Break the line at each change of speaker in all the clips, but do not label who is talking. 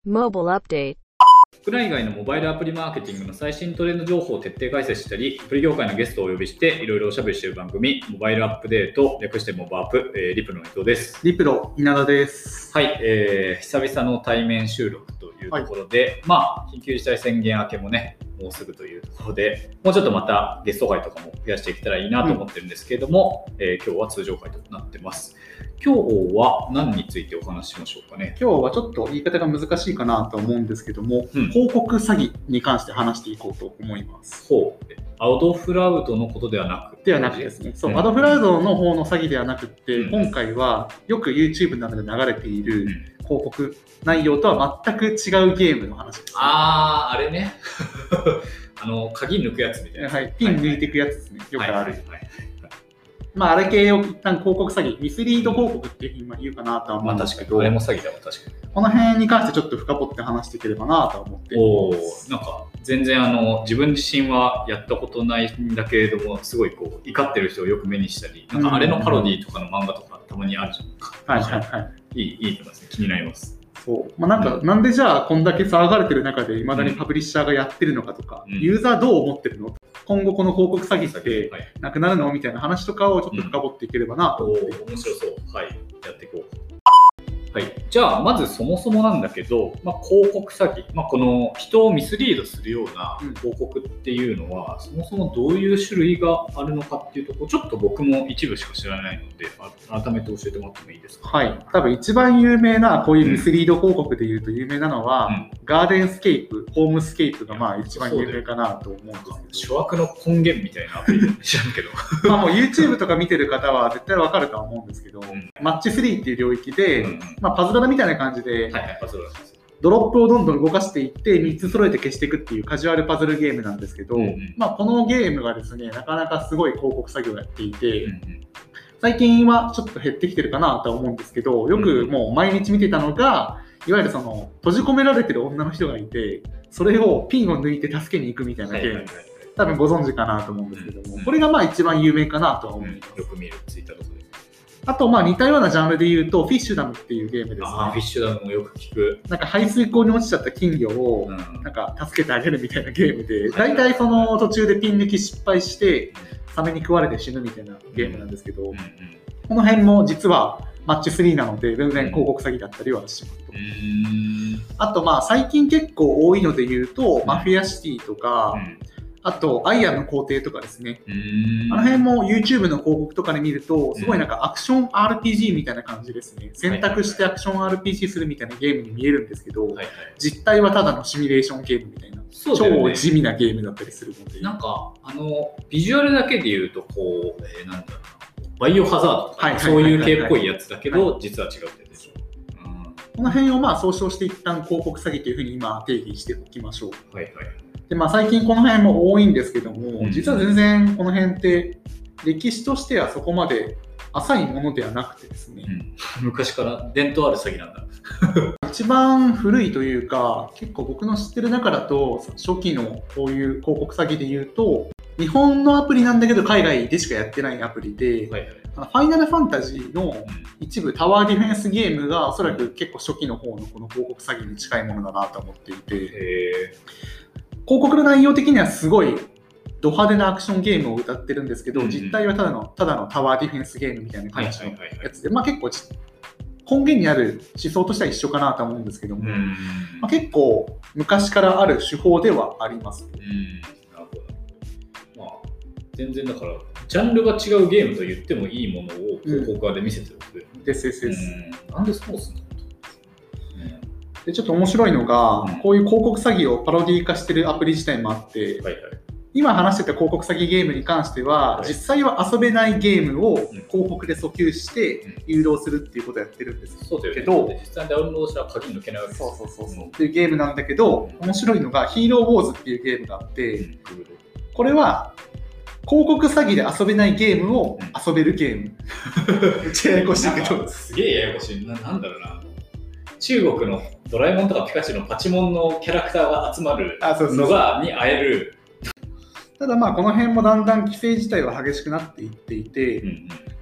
Mobile Update。
国内外のモバイルアプリマーケティングの最新トレンド情報を徹底解説したり、アプリ業界のゲストをお呼びしていろいろおしゃべりしている番組、モバイルアップデート、略してモバアップ、リプロの伊藤です。
リプロ稲田です。
はい、久々の対面収録というところで、緊急事態宣言明けもね、もうすぐというところで、もうちょっとまたゲスト会とかも増やしていけたらいいなと思ってるんですけれども、今日は通常会となってます。今日は何についてお話ししましょうかね。
今日はちょっと言い方が難しいかなと思うんですけども、広告詐欺に関して話していこうと思います。
アドフラウドのことではなく
ですね。そう、アドフラウドの方の詐欺ではなくて、今回はよく YouTube などで流れている広告内容とは全く違うゲームの話です、ね。
あれね。鍵抜くやつみたいな。
はい、ピン抜いていくやつですね。よくある。あれ系を一旦広告詐欺、ミスリード広告って今言うかなとは思うんですけど、
あれも詐欺だわ、確かに。
この辺に関してちょっと深掘って話していければなと思っています。
なんか全然自分自身はやったことないんだけれども、すごい怒ってる人をよく目にしたり、なんかあれのパロディとかの漫画とかたまにあるじゃん。いいと思いますね。気になります。
そう。なんでじゃあこんだけ騒がれてる中で未だにパブリッシャーがやってるのかとか、ユーザーどう思ってるの？今後この広告詐欺ってなくなるのみたいな話とかをちょっと深掘っていければなと思って。
面白そう。はい。やっていこう。はい、じゃあまずそもそもなんだけど、広告詐欺、この人をミスリードするような広告っていうのは、そもそもどういう種類があるのかっていうところ、ちょっと僕も一部しか知らないので改めて教えてもらってもいいですか？
はい、多分一番有名なこういうミスリード広告でいうと有名なのは、ガーデンスケープ、ホームスケープが一番有名かなと思うんですけど、
諸悪の根源みたいなアプリ知らんけど
もう YouTube とか見てる方は絶対わかるとは思うんですけど、マッチ3っていう領域で、パズドラみたいな感じで、ドロップをどんどん動かしていって3つ揃えて消していくっていうカジュアルパズルゲームなんですけど、このゲームがですね、なかなかすごい広告作業をやっていて、最近はちょっと減ってきてるかなとは思うんですけど、よくもう毎日見てたのが、いわゆるその閉じ込められてる女の人がいて、それをピンを抜いて助けに行くみたいなゲーム、多分ご存知かなと思うんですけども、これが一番有名かなとは思います。
よく見るツイッターとかで。
あと似たようなジャンルで言うとフィッシュダムっていうゲームですね。
フィッシュダムもよく聞く。
なんか排水溝に落ちちゃった金魚をなんか助けてあげるみたいなゲームで、大体その途中でピン抜き失敗してサメに食われて死ぬみたいなゲームなんですけど、この辺も実はマッチ3なので全然広告詐欺だったりはしますと。あと最近結構多いので言うとマフィアシティとか、あとアイアンの皇帝とかですね。あの辺も YouTube の広告とかで見るとすごいなんかアクション RPG みたいな感じですね。選択してアクション RPG するみたいなゲームに見えるんですけど、実態はただのシミュレーションゲームみたいな、超地味なゲームだったりするので、
なんかビジュアルだけで言うとなんだろう、バイオハザードとかそういう系っぽいやつだけど、実は違うってやつでしょ。
この辺を総称して一旦広告詐欺というふうに今定義しておきましょう。で最近この辺も多いんですけども、実は全然この辺って歴史としてはそこまで浅いものではなくてですね、
昔から伝統ある詐欺なんだ。
一番古いというか、結構僕の知ってる中だと初期のこういう広告詐欺で言うと、日本のアプリなんだけど海外でしかやってないアプリで、ファイナルファンタジーの一部タワーディフェンスゲームがおそらく結構初期の方のこの広告詐欺に近いものだなと思っていて、広告の内容的にはすごいド派手なアクションゲームを歌ってるんですけど、実態はただのタワーディフェンスゲームみたいな感じのやつで、結構根源にある思想としては一緒かなと思うんですけども、結構昔からある手法ではあります。
なるほど。全然だからジャンルが違うゲームと言ってもいいものを広告側で見せてるわけ
です。
なんでそうするの？
でちょっと面白いのが、こういう広告詐欺をパロディ化してるアプリ自体もあって、今話してた広告詐欺ゲームに関しては、実際は遊べないゲームを広告で訴求して誘導するっていうことをやってるんですけど、
実際にダウンロードしたら鍵抜けないわけです。
っていうゲームなんだけど、面白いのがヒーローウォーズっていうゲームがあって、これは広告詐欺で遊べないゲームを遊べるゲーム。めっちゃややこしいけど。
すげえややこしい。なんだろうな。中国のドラえもんとかピカチュウのパチモンのキャラクターが集まるのがに会える。
ただこの辺もだんだん規制自体は激しくなっていっていて、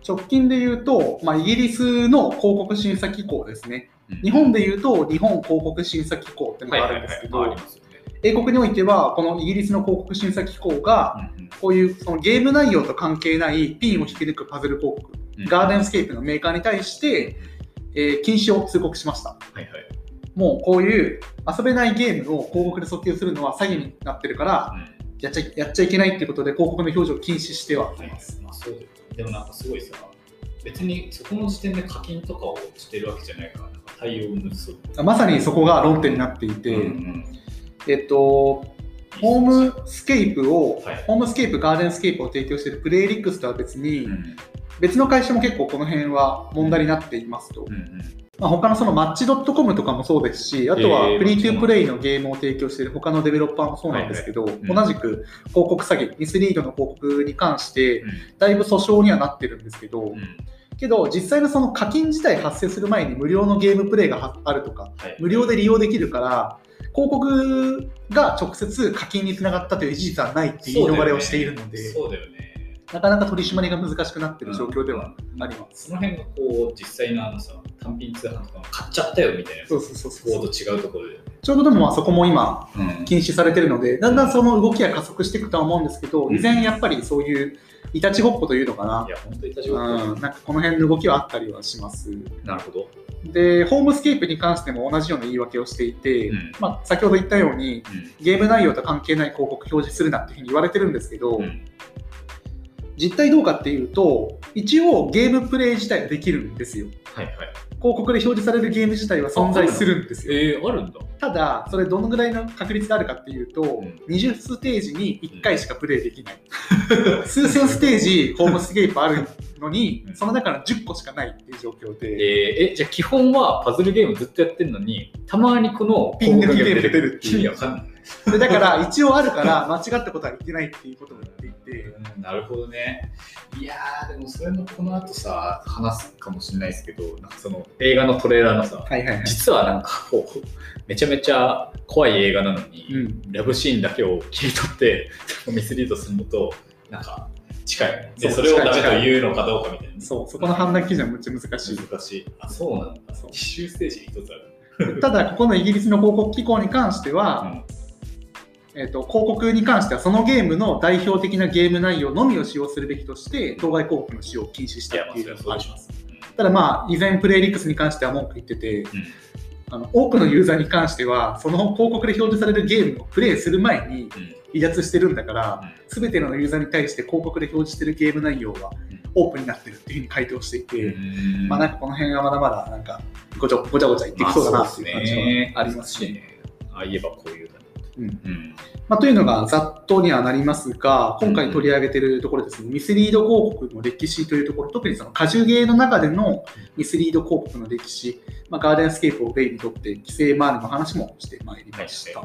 直近で言うと、イギリスの広告審査機構ですね。日本で言うと日本広告審査機構っていうのがあるんですけど、英国においてはこのイギリスの広告審査機構がこういうそのゲーム内容と関係ないピンを引き抜くパズル広告、ガーデンスケープのメーカーに対して、禁止を通告しました。もうこういう遊べないゲームを広告で訴求するのは詐欺になってるから、やっちゃいけないっていうことで広告の表示を禁止してはいます。
そうでもなんかすごいさ、別にそこの時点で課金とかをしてるわけじゃないから、なんか対応難しそう。
まさにそこが論点になっていて、ホームスケープホームスケープ、ガーデンスケープを提供しているプレイリックスとは別に、別の会社も結構この辺は問題になっていますと。他のそのマッチ .com とかもそうですし、あとはフリートゥープレイのゲームを提供している他のデベロッパーもそうなんですけど、同じく広告詐欺、ミスリードの広告に関してだいぶ訴訟にはなってるんですけど、実際のその課金自体発生する前に無料のゲームプレイがあるとか、無料で利用できるから広告が直接課金につながったという事実はないっていう言い逃れをしているので、なかなか取り締まりが難しくなっている状況ではあります。
その辺がこう実際の単品通販とか買っちゃったよみたいなコード違うところで
ちょうどでもそこも今禁止されているので、だんだんその動きが加速していくとは思うんですけど、依然やっぱりそういういたちごっこというのかな、
本当いたちごっこ、
なんかこの辺の動きはあったりはします。
なるほど。
でホームスケープに関しても同じような言い訳をしていて、先ほど言ったように、ゲーム内容と関係ない広告表示するなっていうふうに言われてるんですけど、実態どうかっていうと、一応ゲームプレイ自体はできるんですよ。広告で表示されるゲーム自体は存在するんですよ。
あるんだ。
ただそれどのぐらいの確率があるかっていうと、20ステージに1回しかプレイできない数千ステージホームスケープあるのに、その中の10個しかないっていう状況で、
じゃあ基本はパズルゲームずっとやってるのに、たまにこの
ピン抜きゲームが出るっていう。
意味わかんない。
だから一応あるから間違ったことは言ってないっていうことを言っていて、
なるほどね。いやー、でもそれもこの後さ話すかもしれないですけど、なんかその映画のトレーラーのさ、実はなんかこうめちゃめちゃ怖い映画なのに、ラブシーンだけを切り取ってミスリードするのとなんか近い。でそれをダメと言うのかどうかみたいな。
そこの判断基準はめっちゃ難しい。
そうなんだ。一周ステージ一つある。
ただここのイギリスの広告機構に関しては、広告に関してはそのゲームの代表的なゲーム内容のみを使用するべきとして当該広告の使用を禁止したっていうのがあります。ただ依然プレイリックスに関しては文句言ってて、多くのユーザーに関してはその広告で表示されるゲームをプレイする前に離脱してるんだから、全てのユーザーに対して広告で表示してるゲーム内容はオープンになってるっていうふうに回答していて、なんかこの辺はまだまだなんかごちゃごちゃ言ってきそうだなっていう感じはありますし、
言えばこういう
というのがざっとにはなりますが、今回取り上げているところですね、ミスリード広告の歴史というところ、特にそのカジュゲーの中でのミスリード広告の歴史、ガーデンスケープをベイにとって規制周りの話もしてまいりました。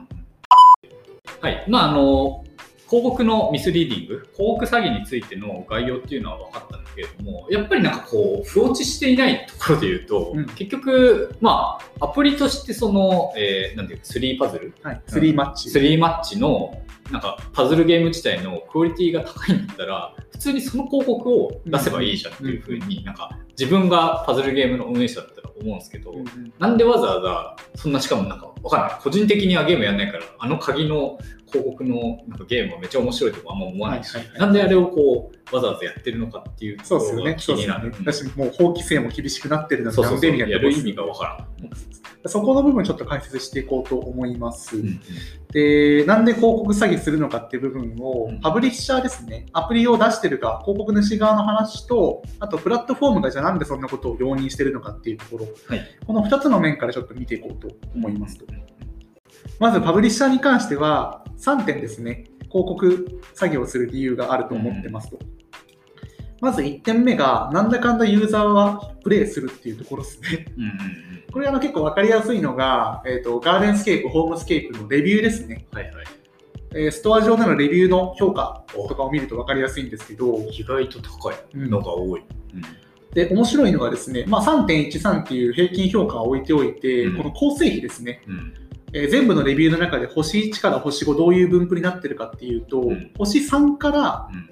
広告のミスリーディング、広告詐欺についての概要っていうのは分かったんだけれども、やっぱりなんかこう不落ちしていないところで言うと、結局アプリとしてその、なんていうか3パズル、
3マ
ッチのなんかパズルゲーム自体のクオリティが高いんだったら、普通にその広告を出せばいいじゃんっていう風に、なんか自分がパズルゲームの運営者だったら思うんですけど、なんでわざわざそんな、しかもなんか分かんない、個人的にはゲームやんないから鍵の広告のなんかゲームはめっちゃ面白いとかあんま思わないし、なんであれをこうわざわざやってるのかっていうところが気になる。
私もう法規制も厳しくなってるので、なんで
やる意味が分からん。
そこの部分ちょっと解説していこうと思います。で、なんで広告詐欺するのかっていう部分を、パブリッシャーですね、アプリを出してるか、広告主側の話と、あとプラットフォームがじゃあなんでそんなことを容認してるのかっていうところ、この2つの面からちょっと見ていこうと思いますと。まずパブリッシャーに関しては3点ですね、広告詐欺をする理由があると思ってますと。まず1点目が、なんだかんだユーザーはプレイするっていうところですね。これ結構分かりやすいのが、ガーデンスケープ、ホームスケープのレビューですね。ストア上でのレビューの評価とかを見ると分かりやすいんですけど、
意外と高いのが多い。
で、面白いのがですね、3.13 っていう平均評価を置いておいて、この構成比ですね。全部のレビューの中で星1から星5どういう分布になってるかっていうと、星3から、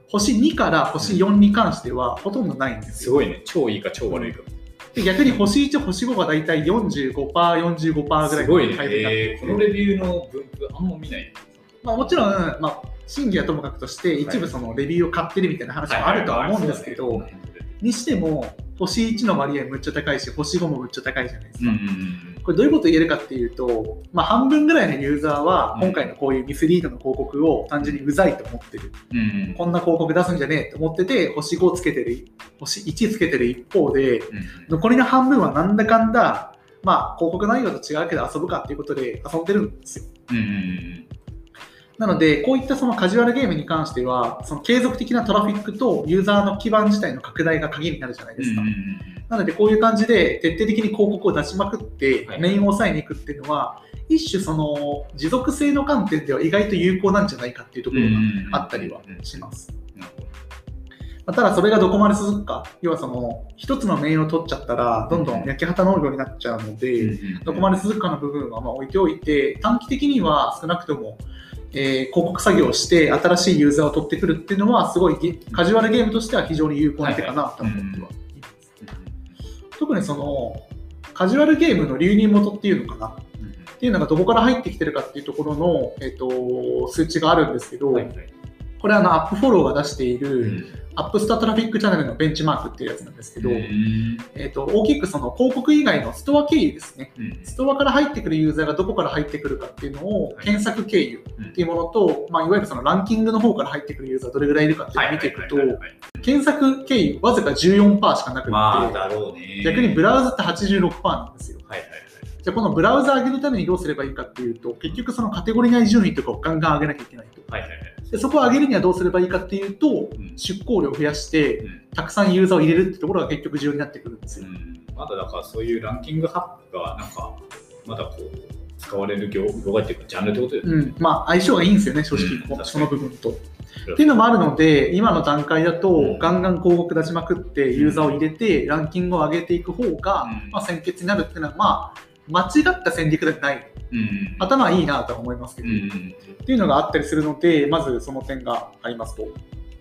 星2から星4に関してはほとんどないんですよ。
すごいね。超いいか超悪いか。
で逆に星1、星5がだいたい 45%、45% ぐらいの
すごいね。
タイプになってて、
このレビューの分布あんま見ない。
まあ、もちろん、まあ、真偽はともかくとして一部そのレビューを買ってるみたいな話もあるとは思うんですけど、にしても星1の割合むっちゃ高いし星5もむっちゃ高いじゃないですか。これどういうこと言えるかっていうと、まあ、半分ぐらいのユーザーは今回のこういうミスリードの広告を単純にうざいと思ってる、こんな広告出すんじゃねえと思ってて星5つけてる、星1つけてる一方で、残りの半分はなんだかんだ、まあ、広告内容と違うけど遊ぶかっていうことで遊んでるんですよ。なので、こういったそのカジュアルゲームに関しては、その継続的なトラフィックとユーザーの基盤自体の拡大が鍵になるじゃないですか。なので、こういう感じで徹底的に広告を出しまくって、メインを抑えにいくっていうのは、一種その持続性の観点では意外と有効なんじゃないかっていうところがあったりはします。ただ、それがどこまで続くか、要はその一つのメインを取っちゃったら、どんどん焼き畑農業になっちゃうので、どこまで続くかの部分はまあ置いておいて、短期的には少なくとも広告作業をして新しいユーザーを取ってくるっていうのはすごいカジュアルゲームとしては非常に有効な手かなと思ってはいます。特にそのカジュアルゲームの流入元っていうのかな、っていうのがどこから入ってきてるかっていうところの、数値があるんですけど、これはアップフォローが出している、アップスタートラフィックチャンネルのベンチマークっていうやつなんですけど、大きくその広告以外のストア経由ですね、ストアから入ってくるユーザーがどこから入ってくるかっていうのを検索経由っていうものと、まあ、いわゆるそのランキングの方から入ってくるユーザーどれぐらいいるかっていうのを見ていくと、検索経由わずか 14% しかなくて、逆にブラウズって 86% なんですよ。じゃあこのブラウザ上げるためにどうすればいいかっていうと、結局そのカテゴリ内順位とかをガンガン上げなきゃいけないと。でそこを上げるにはどうすればいいかっていうと、出稿量を増やして、たくさんユーザーを入れるってところが結局重要になってくるんですよ。
まだだからそういうランキングハックがなんかまだこう使われる業界っていうかジャンルってことですね。
まあ相性がいいんですよね、正直、その部分と。っていうのもあるので、今の段階だとガンガン広告出しまくってユーザーを入れてランキングを上げていく方が、まあ、先決になるっていうのはまあ間違った戦略ではない、頭はいいなとは思いますけど、っていうのがあったりするので、まずその点がありますと。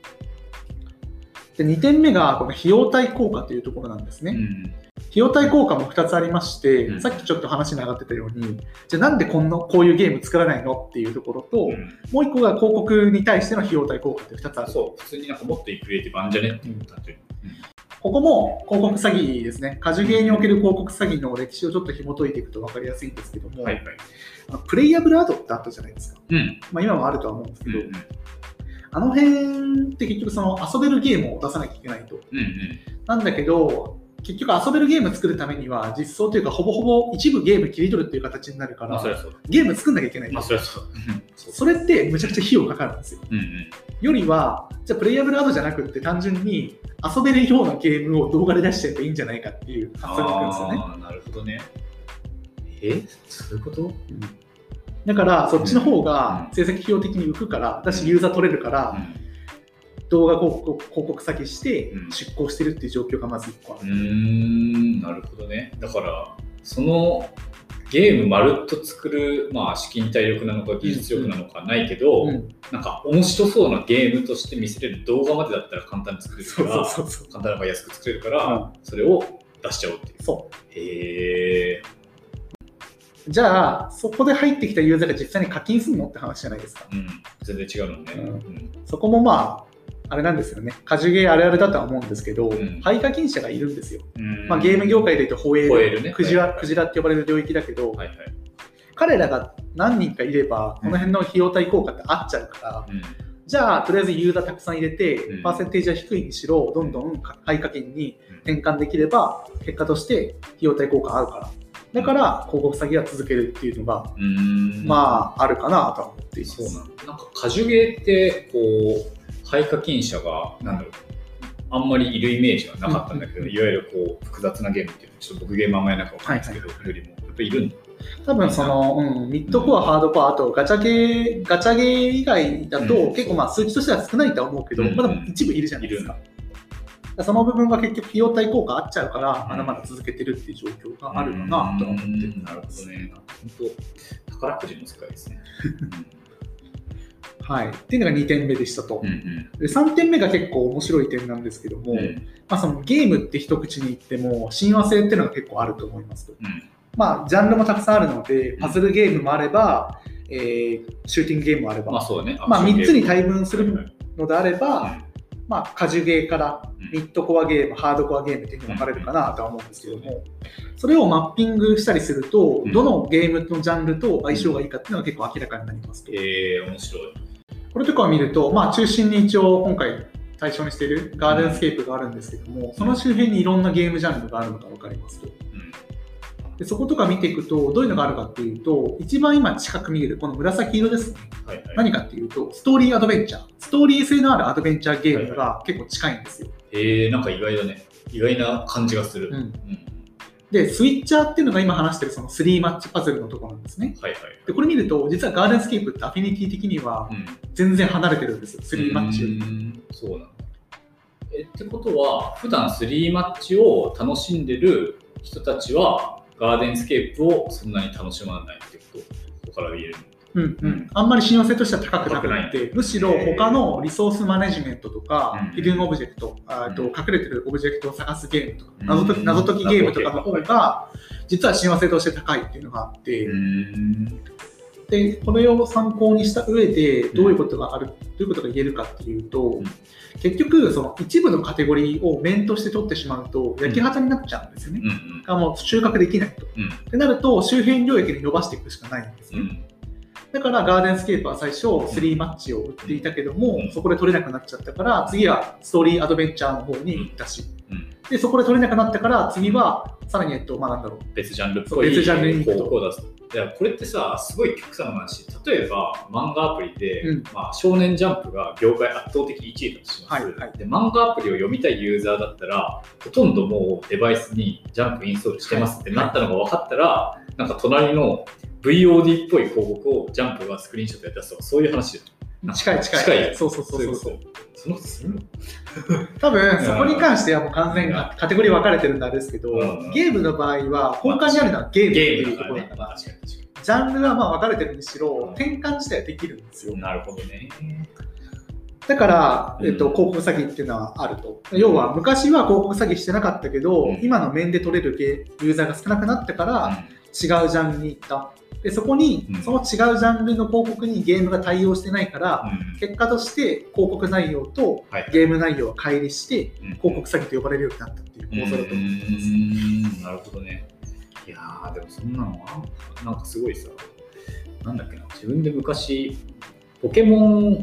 で2点目がこの費用対効果というところなんですね。費用対効果も2つありまして、さっきちょっと話に上がってたように、じゃあなんでこういうゲーム作らないのっていうところと、もう1個が広告に対しての費用対効果って2つある。
そう普通になんかもっといいクリエイティブあんじゃねっていう単純に。
ここも広告詐欺ですね。カジュゲーにおける広告詐欺の歴史をちょっと紐解いていくと分かりやすいんですけども、プレイヤブルアドってあったじゃないですか。まあ、今もあるとは思うんですけど、あの辺って結局その遊べるゲームを出さなきゃいけないと。なんだけど、結局遊べるゲーム作るためには実装というかほぼほぼ一部ゲーム切り取るっていう形になるから、ゲーム作んなきゃいけない。それってむちゃくちゃ費用かかるんですよ。よりは、じゃあプレイヤブルアドじゃなくって単純に遊べるようなゲームを動画で出しちゃえばいいんじゃないかっていう発想になるんですよね。
なるほどね。そういうこと？
だからそっちの方が制作費用的に浮くから、だしユーザー取れるから、動画広告先して出稿してるっていう状況がまず1個ある。
なるほどね。だからそのゲームまるっと作る、まあ、資金体力なのか技術力なのかないけど、なんか面白そうなゲームとして見せれる動画までだったら簡単に作れるから、簡単なのが安く作れるから、それを出しちゃおうっていう。へー。
じゃあそこで入ってきたユーザーが実際に課金するのって話じゃないですか。
全然違うのね。そ
こもまああれなんですよね。カジュゲーあるあるだとは思うんですけど、廃課金者がいるんですよ。まあ、ゲーム業界で言うとホエール、ね、クジラって呼ばれる領域だけど、彼らが何人かいればこの辺の費用対効果って合っちゃうから、じゃあとりあえずユーザーたくさん入れて、パーセンテージは低いにしろどんどん廃課金に転換できれば結果として費用対効果あるから。だから広告詐欺は続けるっていうのがまああるかなとは思っています。
そうなんかカジュゲーってこう廃課金者があんまりいるイメージはなかったんだけど、いわゆるこう複雑なゲームっていうのはちょっと僕ゲームあんまりなんかわかんないですけど、よりもやっぱいるんだ。
多分その、ミッドコア、ハードコア、あとガチャゲー以外だと、結構まあ数値としては少ないとは思うけど、まだ一部いるじゃないですか。その部分が結局費用対効果あっちゃうから、まだまだ続けてるっていう状況があるかなとは思ってる。
なるほどね。本当宝くじの世界ですね。
はい、っていうのが2点目でしたと。で3点目が結構面白い点なんですけども、そのゲームって一口に言っても親和性っていうのが結構あると思いますと。ジャンルもたくさんあるので、パズルゲームもあれば、シューティングゲームもあれば、3つに対分するのであれば、カジュゲーからミッドコアゲーム、ハードコアゲームっていうふうに分かれるかなとは思うんですけども、それをマッピングしたりすると、どのゲームのジャンルと相性がいいかっていうのが結構明らかになりますと。
面白い。
これとかを見ると、中心に一応今回対象にしているガーデンスケープがあるんですけども、その周辺にいろんなゲームジャンルがあるのが分かりますと。でそことか見ていくとどういうのがあるかっていうと、一番今近く見えるこの紫色ですね、何かっていうとストーリーアドベンチャー、ストーリー性のあるアドベンチャーゲームが結構近いんですよ。
なんか意外だね。意外な感じがする。
でスイッチャーっていうのが今話してるその3マッチパズルのところなんですね。でこれ見ると実はガーデンスケープってアフィニティ的には全然離れてるんですよ、3マッチより。
そうなんだ。ってことは普段3マッチを楽しんでる人たちはガーデンスケープをそんなに楽しまないってことから言える。
あんまり親和性としては高くなくて、むしろ他のリソースマネジメントとか、ヒドゥンオブジェクト、隠れてるオブジェクトを探すゲームとか、謎解きゲームとかの方が実は親和性として高いっていうのがあって、でこれを参考にした上でどういうことがある、どういうことが言えるかっていうと、結局その一部のカテゴリーを面として取ってしまうと焼き畑になっちゃうんですよね。もう収穫できないと。ってなると周辺領域に伸ばしていくしかないんですね。だからガーデンスケープは最初3マッチを売っていたけども、そこで取れなくなっちゃったから次はストーリーアドベンチャーの方に行ったし、でそこで取れなくなったから次はさらになんだろう、
別ジャンルっぽい
別ジャンルに行くと。
いやこれってさすごい極端な話、例えば漫画アプリで、少年ジャンプが業界圧倒的1位だとします、で漫画アプリを読みたいユーザーだったらほとんどもうデバイスにジャンプインストールしてますってなったのが分かったら、なんか隣の VOD っぽい広告をジャンプがスクリーンショットで出すとかそういう話です。
近い。そう
そのことするの
多分そこに関してはもう完全にカテゴリー分かれてるんですけど、ゲームの場合は根幹にあるのはゲームっていうところだから、ジャンルは分かれてるにしろ転換自体はできるんですよ。
なるほどね。
だから、広告詐欺っていうのはあると。要は昔は広告詐欺してなかったけど、今の面で取れるユーザーが少なくなってから違うジャンルに行った。でそこに、その違うジャンルの広告にゲームが対応してないから、結果として広告内容とゲーム内容は乖離して、広告詐欺と呼ばれるようになったっていう構造だと思ってます。
なるほどね。いやーでもそんなのはなんかすごいさ、なんだっけな、自分で昔ポケモン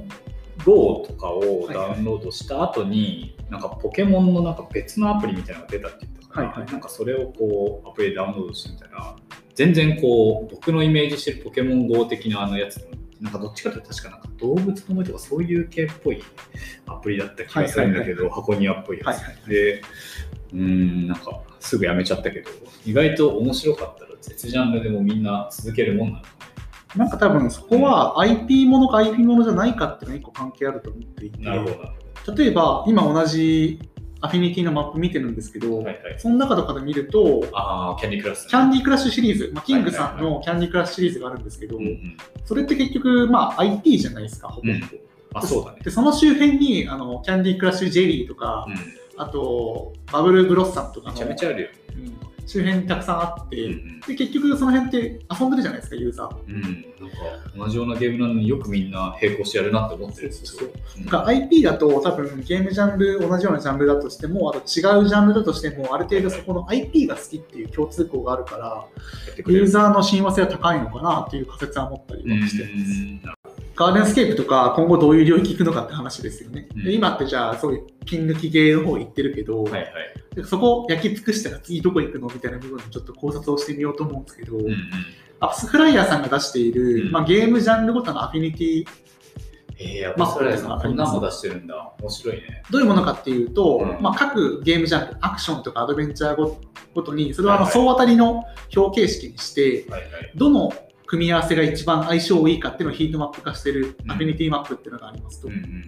GO とかをダウンロードした後に、なんかポケモンのなんか別のアプリみたいなのが出たって言ったから、なんかそれをこうアプリでダウンロードしてみたら、全然こう僕のイメージしてるポケモン GO 的なやつ、なんかどっちかというと確かなんか動物の森とかそういう系っぽいアプリだった気がするんだけど、箱庭っぽいやつ、でなんかすぐやめちゃったけど、意外と面白かったら別ジャンルでもみんな続けるもんなのかね。
なんか多分そこは IP ものか IP ものじゃないかっていうのが一個関係あると思っていて、
なるほど。
例えば今同じアフィニティのマップ見てるんですけど、その中とかで見ると
キャンディーク
ラッシュシリーズ、キングさんのキャンディークラッシュシリーズがあるんですけど、それって結局IP じゃないですか、ほとんど。
そうだね。
でその周辺にキャンディークラッシュジェリーとか、あとバブルブロッサムとか
めちゃめちゃあるよ。
周辺にたくさんあって、で結局その辺って遊んでるじゃないですか、ユーザー。
なんか同じようなゲームなのによくみんな並行してやるなって思ってるんですよ。
IP だと多分ゲームジャンル、同じようなジャンルだとしても、あと違うジャンルだとしても、ある程度そこの IP が好きっていう共通項があるから、ユーザーの親和性は高いのかなっていう仮説は持ったりはしてます。ガーデンスケープとか今後どういう領域行くのかって話ですよね。で今ってじゃあそういうピン抜きゲーの方行ってるけど、そこを焼き尽くしたら次どこ行くのみたいな部分にちょっと考察をしてみようと思うんですけど、アプスフライヤーさんが出している、ゲームジャンルごとのアフィニティ
アプスフライヤーさんこんなのも出してるんだ。面白いね。
どういうものかっていうと、各ゲームジャンル、アクションとかアドベンチャーごとにそれは総当たりの表形式にして、どの組み合わせが一番相性いいかっていうのをヒートマップ化しているアフィニティマップっていうのがありますと。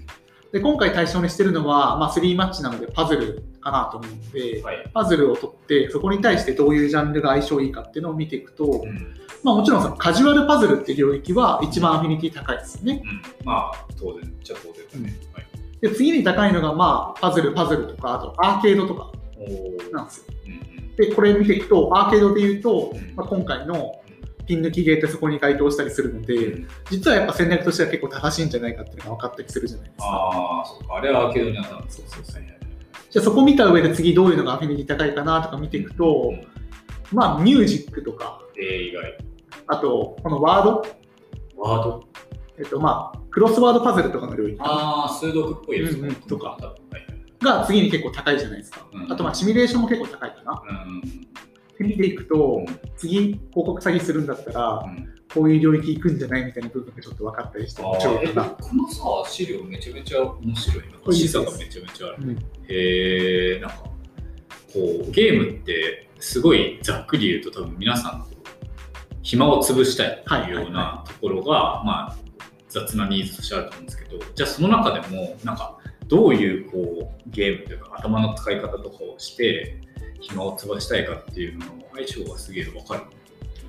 で今回対象にしてるのは、3マッチなのでパズルかなと思うので、パズルを取ってそこに対してどういうジャンルが相性いいかっていうのを見ていくと、もちろんそのカジュアルパズルっていう領域は一番アフィニティ高いですよね。
当然じゃ当然だね。
で次に高いのが、パズルとか、あとアーケードとかなんですよ。でこれ見ていくとアーケードでいうと、今回のピン抜きゲーってそこに該当したりするので、実はやっぱ戦略としては結構正しいんじゃないかっていうのが分かったりするじゃないですか。
そうか、あれはアーケードに当たるんですか。
じゃあそこ見た上で次どういうのがアフィニティ高いかなとか見ていくと、ミュージックとか、
意外。
あとこのワード、クロスワードパズルとかの領域、
数読っぽいやつ
とかが次に結構高いじゃないですか。あとシミュレーションも結構高いかな。見ていくと、次広告詐欺するんだったら、こういう領域行くんじゃないみたいな部分がちょっと分かったりして、
このさ、資料めちゃめちゃ面白いな。示唆がめちゃめちゃある。なんかこうゲームってすごいざっくり言うと多分皆さん暇を潰したいっていうようなところが、雑なニーズとしてあると思うんですけど、じゃあその中でもなんかどういうこうゲームというか頭の使い方とかをして暇を潰したいかっていうのの相性がすげえ分かる。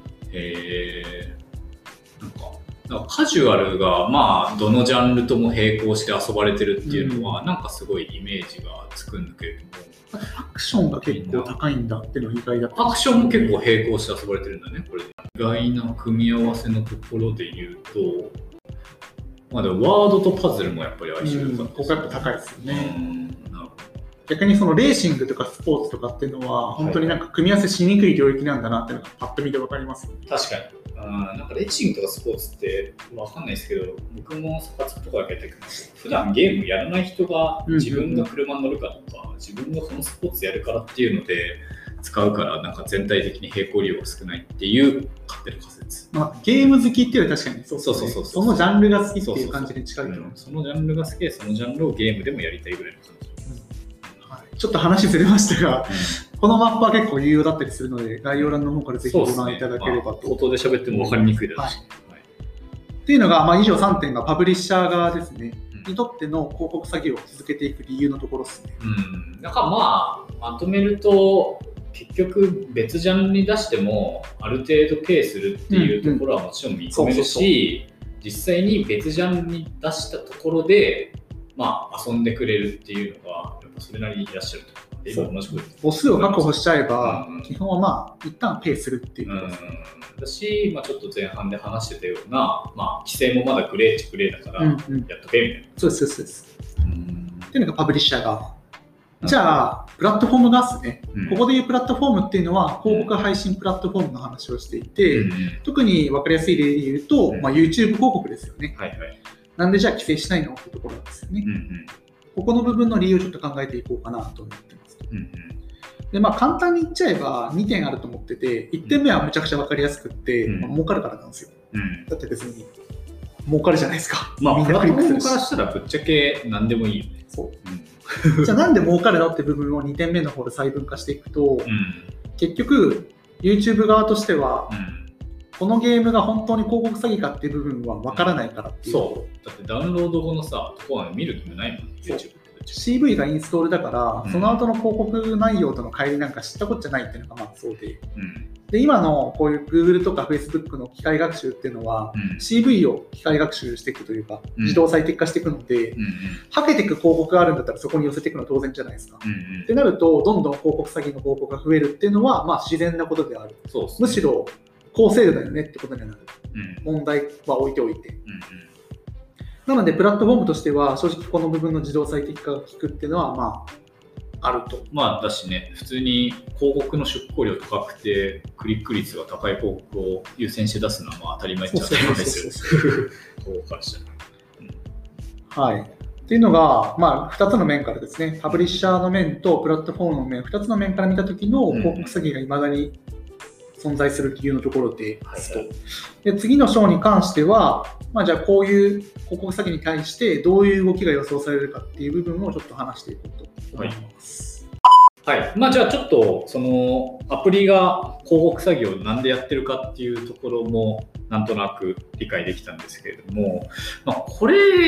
なんかカジュアルがどのジャンルとも並行して遊ばれてるっていうのは、なんかすごいイメージがつくんだけれども、
アクションが結構高いんだっていうのが意外だった。
アクションも結構並行して遊ばれてるんだね、これ。意外な組み合わせのところで言うと、でもワードとパズルもやっぱり相性良かった。
ここやっぱ高いですよね。逆にそのレーシングとかスポーツとかっていうのは本当になんか組み合わせしにくい領域なんだなっていうのがパッと見て分かりますよね。
確かに。なんかレーシングとかスポーツって分かんないですけど、僕もサカツクとかだけやってるけど、普段ゲームやらない人が自分が車に乗るかとか、自分がそのスポーツやるからっていうので使うから、なんか全体的に並行利用が少ないっていう勝手な仮説。
ゲーム好きっていうのは確かにそうそのジャンルが好きっていう感じに近いと思う。
そのジャンルが好きで、そのジャンルをゲームでもやりたいぐらいの感じ。
ちょっと話ずれましたが、このマップは結構有用だったりするので、概要欄の方からぜひご覧いただければと。
口頭で喋っても分かりにくいだろうし。
っていうのが、以上3点がパブリッシャー側ですね、にとっての広告作業を続けていく理由のところですね。
だからまとめると、結局別ジャンルに出してもある程度ペイするっていうところはもちろん認めるし、実際に別ジャンルに出したところで、遊んでくれるっていうのがやっぱそれなりにいらっしゃると。
母数を確保しちゃえば、基本は一旦ペイするっていうことです。
だし、ちょっと前半で話してたような、規制もまだグレーっちゃグレーだから、やっとけみたいな。
そうです。っていうのがパブリッシャー側。じゃあ、プラットフォーム側ですね。ここでいうプラットフォームっていうのは、広告配信プラットフォームの話をしていて、特に分かりやすい例で言うと、YouTube 広告ですよね。なんでじゃあ規制しないのってところなんですよね。ここの部分の理由をちょっと考えていこうかなと思ってます。で簡単に言っちゃえば2点あると思ってて、1点目はむちゃくちゃ分かりやすくって、儲かるからなんですよ。だって別に儲かるじゃないですか。
プラットフォームからしたらぶっちゃけ何でもいいよね。
じゃあなんで儲かるのって部分を2点目の方で細分化していくと、結局 YouTube 側としては、このゲームが本当に広告詐欺かっていう部分は分からないからっていう。
そうだってダウンロード後のさとこは見る気もないもん、YouTube って。
CV がインストールだから、その後の広告内容との乖離なんか知ったこっちゃないっていうのがそうで、で今のこういう Google とか Facebook の機械学習っていうのは、CV を機械学習していくというか、自動最適化していくので、はけていく広告があるんだったらそこに寄せていくのは当然じゃないですか。ってなるとどんどん広告詐欺の広告が増えるっていうのは自然なことである。むしろ高精度だよねってことになる。問題は置いておいて。なのでプラットフォームとしては正直この部分の自動最適化が効くっていうのはあると。
だしね、普通に広告の出稿量高くてクリック率が高い広告を優先して出すのは当たり前っちゃ当たり前ですよ。そうからしたら。
っていうのが2つの面からですね、パブリッシャーの面とプラットフォームの面、2つの面から見た時の広告詐欺がいまだに存在する理由のところですと。で次の章に関しては、じゃあこういう広告詐欺に対してどういう動きが予想されるかっていう部分をちょっと話していこうと思います。
じゃあちょっとそのアプリが広告詐欺をなんでやってるかっていうところもなんとなく理解できたんですけれども、これ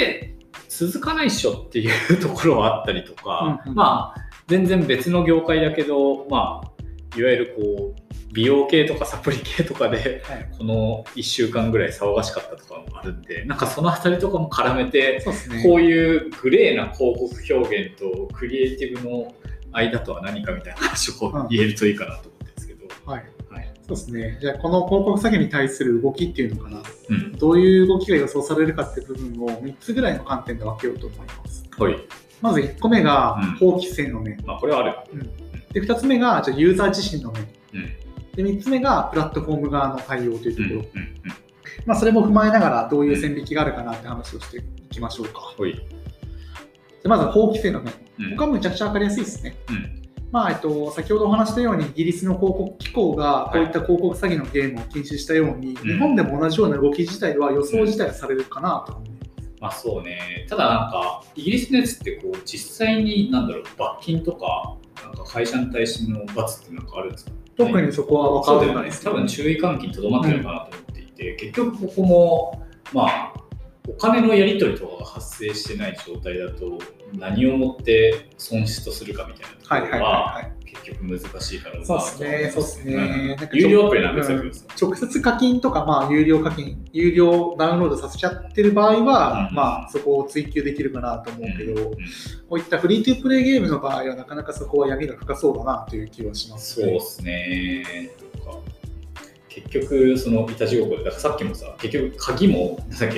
続かないっしょっていうところはあったりとか、まあ全然別の業界だけど、まあいわゆるこう美容系とかサプリ系とかで、この1週間ぐらい騒がしかったとかもあるんで、なんかそのあたりとかも絡めて、こういうグレーな広告表現とクリエイティブの間とは何かみたいな話を言えるといいかなと思ってるんですけど、
そうですね。じゃあこの広告詐欺に対する動きっていうのかな、どういう動きが予想されるかっていう部分を3つぐらいの観点で分けようと思います。まず1個目が法規制の面、
これはある。
で2つ目がじゃあユーザー自身の面、で3つ目がプラットフォーム側の対応というところ、それも踏まえながらどういう線引きがあるかなって話をしていきましょうか。でまず法規制の面、ここはむちゃくちゃ分かりやすいですね。先ほどお話したようにイギリスの広告機構がこういった広告詐欺のゲームを禁止したように、日本でも同じような動き自体は予想自体はされるかなと思います。
そうね。ただなんかイギリスのやつってこう実際に罰金とかなんか会社に対しての罰ってなんかあるんですか？
特にそこは分かってないです。
多分注意喚起にとどまってるかなと思っていて、結局ここもお金のやり取りとかが発生してない状態だと何をもって損失とするかみたいなところは結局難しいからなと思います。
そうですね。
有料アプリなんですよ。
直接課金とか、有料課金、有料ダウンロードさせちゃってる場合は、そこを追求できるかなと思うけど、こういったフリートゥープレイゲームの場合はなかなかそこは闇が深そうだなという気はします。
そうですね。結局そのいたちごっこで、だからさっきもさ、結局鍵も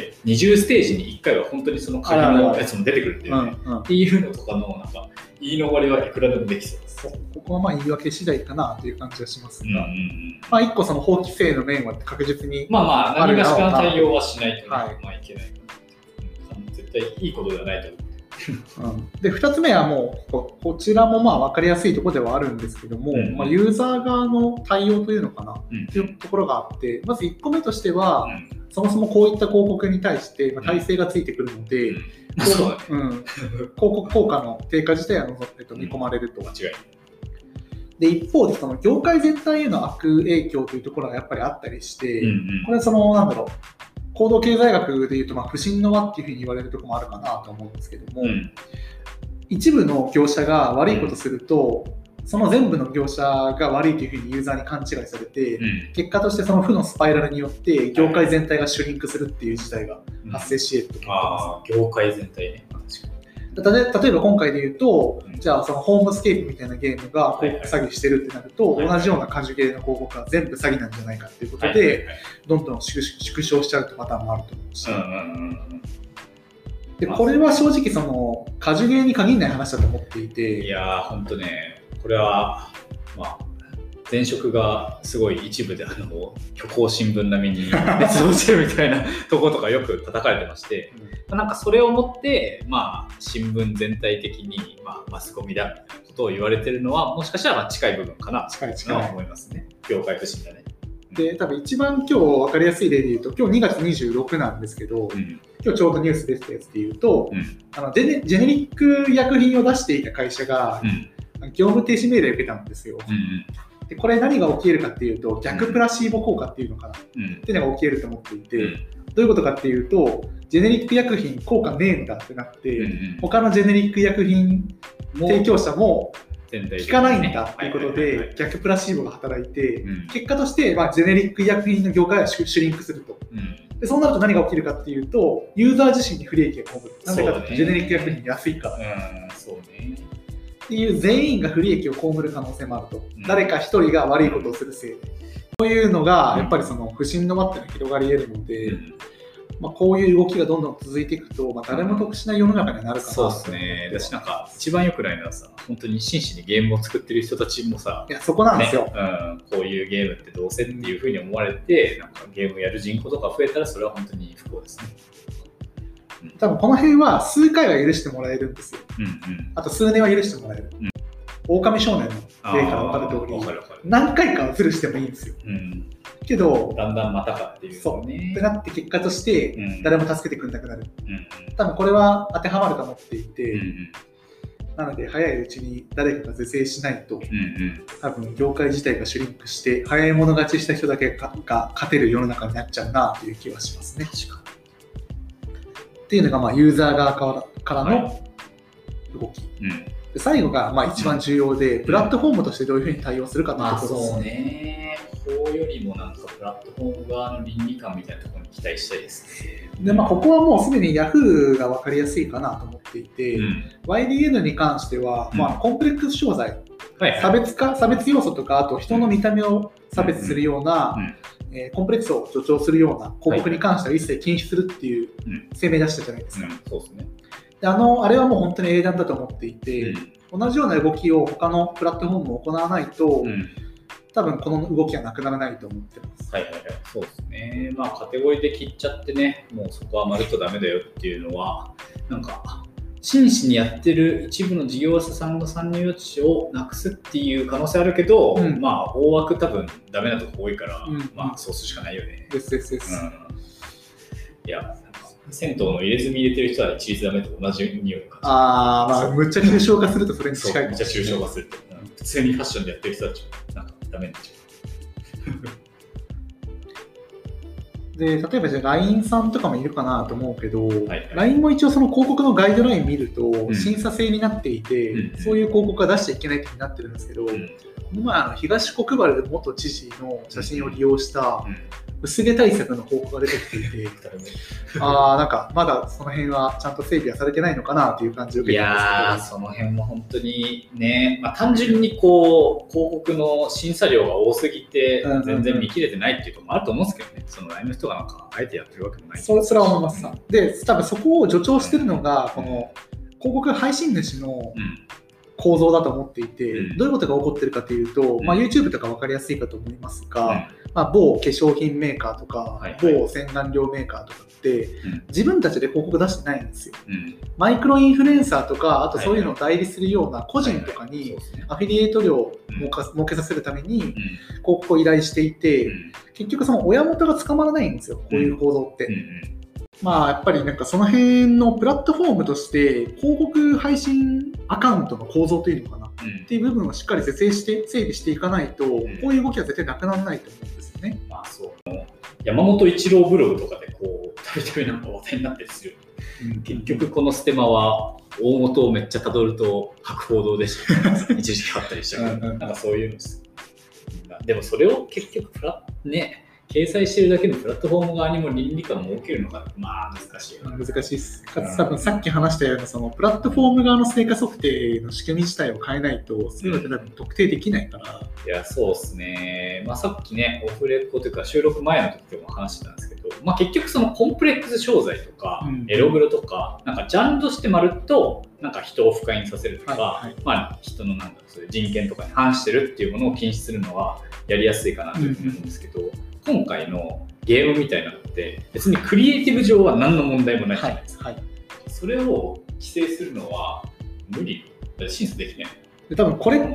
20ステージに1回は本当にその鍵のやつも出てくるっていうね、っていうのとかのなんか言い逃れはいくらでもできそうです。
ここは言い訳次第かなという感じがしますが、一個その法規制の面は確実に
何かしらの対応はしないといけないかな、絶対いいことではないと思う。
で2つ目はもうこちらも分かりやすいところではあるんですけども、ユーザー側の対応というのかな、というところがあって、まず1個目としては、そもそもこういった広告に対して耐性がついてくるので、広告効果の低下自体は見込まれると。で一方でその業界全体への悪影響というところがやっぱりあったりして、これは行動経済学でいうと不信の輪っていうふうに言われるところもあるかなと思うんですけども、一部の業者が悪いことすると、その全部の業者が悪いというふうにユーザーに勘違いされて、結果としてその負のスパイラルによって業界全体がシュリンクするっていう事態が発生し得ると思います。
業界全体ね。
例えば今回で言うと、じゃあそのホームスケープみたいなゲームが広告詐欺してるってなると、同じようなカジュゲーの広告が全部詐欺なんじゃないかっていうことで、どんどん縮小しちゃうってパターンもあると思うし、でこれは正直そのカジュゲーに限らない話だと思っていて、
いやー本当ね、これは前職がすごい一部で虚構新聞並みに熱動してるみたいなところとかよく叩かれてまして、なんかそれをもって新聞全体的にマスコミだみたいなことを言われてるのはもしかしたら近い部分かなと思いますね。業界不信だね。
で多分一番今日分かりやすい例で言うと、今日2月26なんですけど、今日ちょうどニュース出てたやつで言うと、ジェネリック薬品を出していた会社が、業務停止命令を受けたんですよ。でこれ何が起きるかっていうと、逆プラシーボ効果っていうのかな、っていうのが起きると思っていて、どういうことかっていうと、ジェネリック薬品効果ねえんだってなって、他のジェネリック薬品提供者も効かないんだっていうことで逆プラシーボが働いて、結果としてジェネリック薬品の業界はシュリンクすると。でそうなると何が起きるかっていうと、ユーザー自身に不利益が被る。なぜかというとジェネリック薬品安いから。っていう全員が不利益を被る可能性もあると、誰か一人が悪いことをするせいで、こういうのがやっぱりその不信の輪っていうのが広がり得るので、こういう動きがどんどん続いていくと、誰も得しない世の中にはなるかなと。
そうですね。私なんか一番良くないのはさ、本当に真摯にゲームを作ってる人たちもさ、
いやそこなんですよ、
こういうゲームってどうせっていうふうに思われて、なんかゲームやる人口とか増えたらそれは本当に不幸ですね。
多分この辺は数回は許してもらえるんですよ。あと数年は許してもらえる。狼少年の例から分かる通り、何回かはズルしてもいいんですよ。けど
だんだんまたかっていう、
そうってなって結果として誰も助けてくれなくなる。多分これは当てはまると思っていて、なので早いうちに誰かが是正しないと、多分業界自体がシュリンクして早い者勝ちした人だけが勝てる世の中になっちゃうなという気はしますね。っっていうのがまあユーザー側からの動き、で最後がまあ一番重要で、プラットフォームとしてどういうふうに対応するかっていうところです。
そうね。法よりもなんかプラットフォーム側の倫理観みたいなところに期待したいですね。
でここはもうすでに Yahoo が分かりやすいかなと思っていて、YDN に関しては、コンプレックス商材、差別要素とか、あと人の見た目を差別するような、コンプレックスを助長するような広告に関しては一切禁止するっていう声明出したじゃないですか。
そうですね。
であれはもう本当に英断だと思っていて、同じような動きを他のプラットフォームも行わないと、多分この動きはなくならないと思ってます。
そうですね。カテゴリーで切っちゃってね、もうそこはまるっとダメだよっていうのは、なんか真摯にやってる一部の事業者さんの参入余地をなくすっていう可能性あるけど、大枠多分ダメなとこ多いから、そうするしかないよね。いや、なんか銭湯の入れ墨入れてる人は一律ダメと同じ匂いを感じる。
むっちゃ抽象化するとそれに近い。
めっちゃ抽象化すると。普通にファッションでやってる人たちはなんかダメになっちゃ
う。で例えばじゃあ LINE さんとかもいるかなと思うけど、LINE も一応その広告のガイドライン見ると審査制になっていて、そういう広告は出しちゃいけないってなってるんですけど、この前東国原元知事の写真を利用した薄毛対策の広告が出てきていて、なんかまだその辺はちゃんと整備はされてないのかなという感じを受けてますけど。
その辺も本当にね、単純にこう広告の審査量が多すぎて全然見切れてないっていうこともあると思うんですけどね。その LINE の人がなんかあえてやってるわけもない。
それは思います。で、多分そこを助長してるのがこの広告配信主の構造だと思っていて、どういうことが起こってるかというと、YouTube とか分かりやすいかと思いますが、某化粧品メーカーとか、某洗顔料メーカーとかって、自分たちで広告出してないんですよ。マイクロインフルエンサーとか、あとそういうのを代理するような個人とかにアフィリエイト料を儲けさせるために広告を依頼していて、結局その親元が捕まらないんですよ、こういう構造って。やっぱりなんかその辺のプラットフォームとして広告配信アカウントの構造というのかな、っていう部分をしっかり是正して整備していかないと、こういう動きは絶対なくならないと思うんですよね。
山本一郎ブログとかでこうたびたびなんか話題になってるんですよ。結局このステマは大元をめっちゃたどると博報堂でした一時期あったりしたけど、なんかそういうのです。でもそれを結局掲載してるだけのプラットフォーム側にも倫理観を設けるのが難しいよね。
難しいです。かつ多分さっき話したようなそのプラットフォーム側の成果測定の仕組み自体を変えないとそういうのって多分特定できないから。
いやそうですね。さっきねオフレコというか収録前の時でも話してたんですけど、結局そのコンプレックス商材とか、エログロとかなんかジャンルとしてまるっとなんか人を不快にさせるとか、人のそういう人権とかに反してるっていうものを禁止するのはやりやすいかなというふうに思うんですけど。今回のゲームみたいなのって別にクリエイティブ上は何の問題もないじゃないですか。それを規制するのは無理だ、審査できない。
多分これって、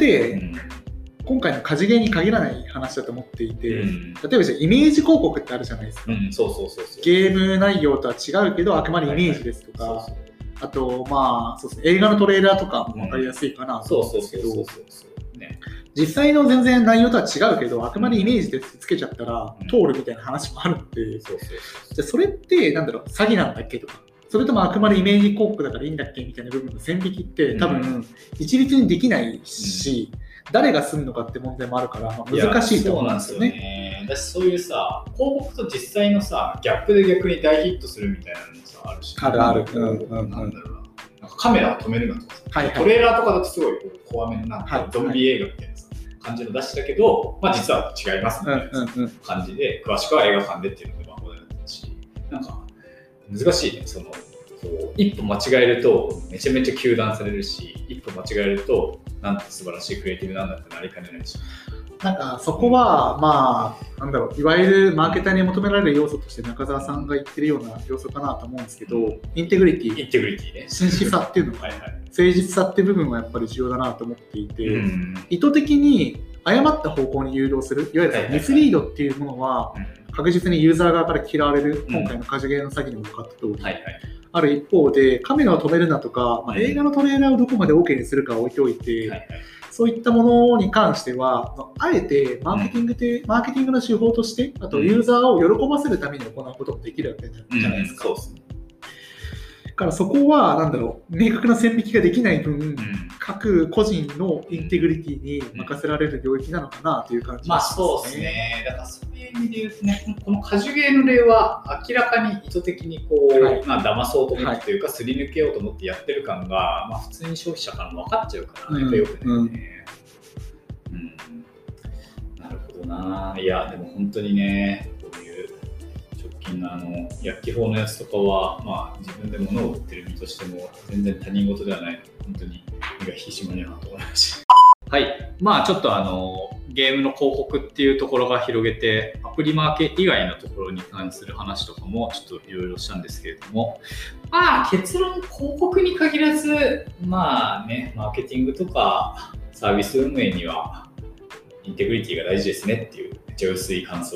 今回のカジゲーに限らない話だと思っていて、例えばじゃあイメージ広告ってあるじゃないですか。ゲーム内容とは違うけどあくまでイメージですとか、あとそうですね、映画のトレーラーとかも分かりやすいかなと思うんですけど、実際の全然内容とは違うけどあくまでイメージでつけちゃったら通るみたいな話もあるので、じゃあそれって詐欺なんだっけとか、それともあくまでイメージ広告だからいいんだっけみたいな部分の線引きって多分一律にできないし、誰がするのかって問題もあるから難しいと思うんですよね。
だしそういう広告と実際のギャップで逆に大ヒットするみたいなのもあるし、
ある。
カメラを止めるのとか、トレーラーとかだとすごい怖めなゾンビ映画みたいな感じの出しだけど、実は違いますみたいな感じで、詳しくは映画館でっていうのが話題だったし、なんか難しいね。一歩間違えるとめちゃめちゃ糾弾されるし、一歩間違えるとなんて素晴らしいクリエイティブなんだってなりかねないし。
なんかそこはいわゆるマーケターに求められる要素として中澤さんが言ってるような要素かなと思うんですけど、インテグリティ
ね、
真摯さっていうのが、誠実さっていう部分はやっぱり重要だなと思っていて、意図的に誤った方向に誘導する、いわゆるミスリードっていうものは確実にユーザー側から嫌われる、今回のカジゲーの詐欺にも分かった通り、ある一方でカメラを止めるなとか、映画のトレーラーをどこまで OK にするかは置いておいて、そういったものに関してはあえてマーケティングの手法として、あとユーザーを喜ばせるために行うこともできるわけじゃないですか。 からそこはなんだろう、明確な線引きができない分、各個人のインテグリティに任せられる領域なのかなという感じですね。
そうですね。だからそういう意味で言うとね、この果樹ゲーの例は明らかに意図的にこう、騙そうと思ってというか、すり抜けようと思ってやってる感が、普通に消費者からも分かっちゃうから、やっぱよくね。なるほどな。いや、でも本当にね、こういう直近の薬機法のやつとかは、自分で物を売ってる身としても全然他人事ではないので、本当に身が引き締まるなと思いました。はい。ちょっとゲームの広告っていうところが広げて、アプリマーケ以外のところに関する話とかもちょっといろいろしたんですけれども、結論、広告に限らず、マーケティングとかサービス運営にはインテグリティが大事ですねっていう、めっちゃ薄い感想。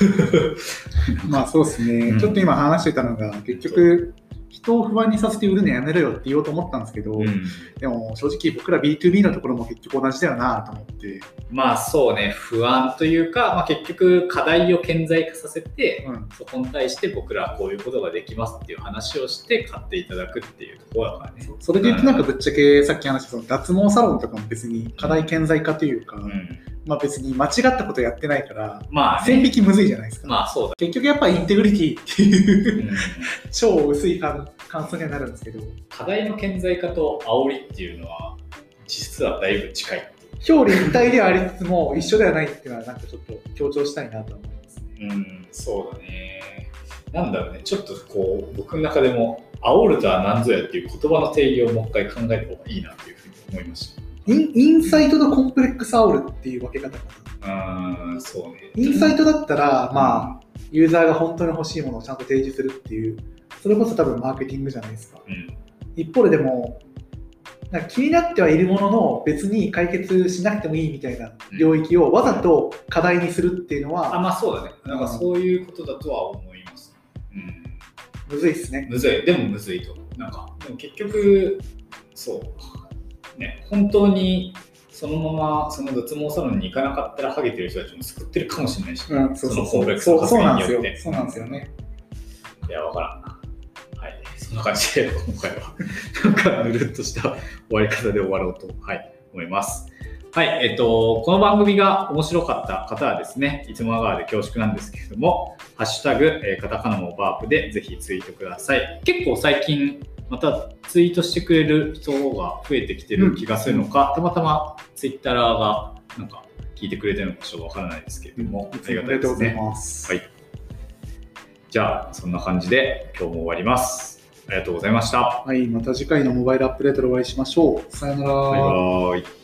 そうですね。ちょっと今話してたのが、結局、人を不安にさせて売るのやめろよって言おうと思ったんですけど、でも正直僕ら B2B のところも結局同じだよなと思って。
そうね、不安というか、結局課題を顕在化させて、そこに対して僕らはこういうことができますっていう話をして買っていただくっていうところだからね。
それで言うとぶっちゃけさっき話した脱毛サロンとかも別に課題顕在化というか、別に間違ったことやってないから、線引きむずいじゃないですか。
そうだ。
結局やっぱインテグリティっていう、超薄い感想にはなるんですけど、
課題の顕在化と煽りっていうのは実はだいぶ近い。
表裏一体ではありつつも一緒ではないっていうのはちょっと強調したいなと思いますね。
そうだね。なんだろうね、ちょっとこう僕の中でも煽るとは何ぞやっていう言葉の定義をもう一回考えた方がいいなっていうふうに思いました。
インサイトとコンプレックス煽るっていう分け方か
な。そうね。
インサイトだったら、ユーザーが本当に欲しいものをちゃんと提示するっていう、それこそ多分マーケティングじゃないですか。一方でも、気になってはいるものの別に解決しなくてもいいみたいな領域をわざと課題にするっていうのは、
そうだね。そういうことだとは思います。
むずいっすね。
むずい。でもむずいと。でも結局、本当にそのままその脱毛サロンに行かなかったらハゲてる人たちも救ってるかもしれないし、そのコンプレックスの発言によって。
そうなんですよね。
いや、わからんな。はい。そんな感じで今回はぬるっとした終わり方で終わろうと、思います。はい。この番組が面白かった方はですね、いつもながらで恐縮なんですけれども、ハッシュタグ、カタカナもバープでぜひツイートください。結構最近、またツイートしてくれる人が増えてきてる気がするのか、たまたまツイッターが聞いてくれてるのかちょっとわからないですけれども、ありがたいですね。
ありがとうございます。
はい。じゃあそんな感じで今日も終わります。ありがとうございました。
はい、また次回のモバイルアップデートでお会いしましょう。さよなら。
バイバーイ。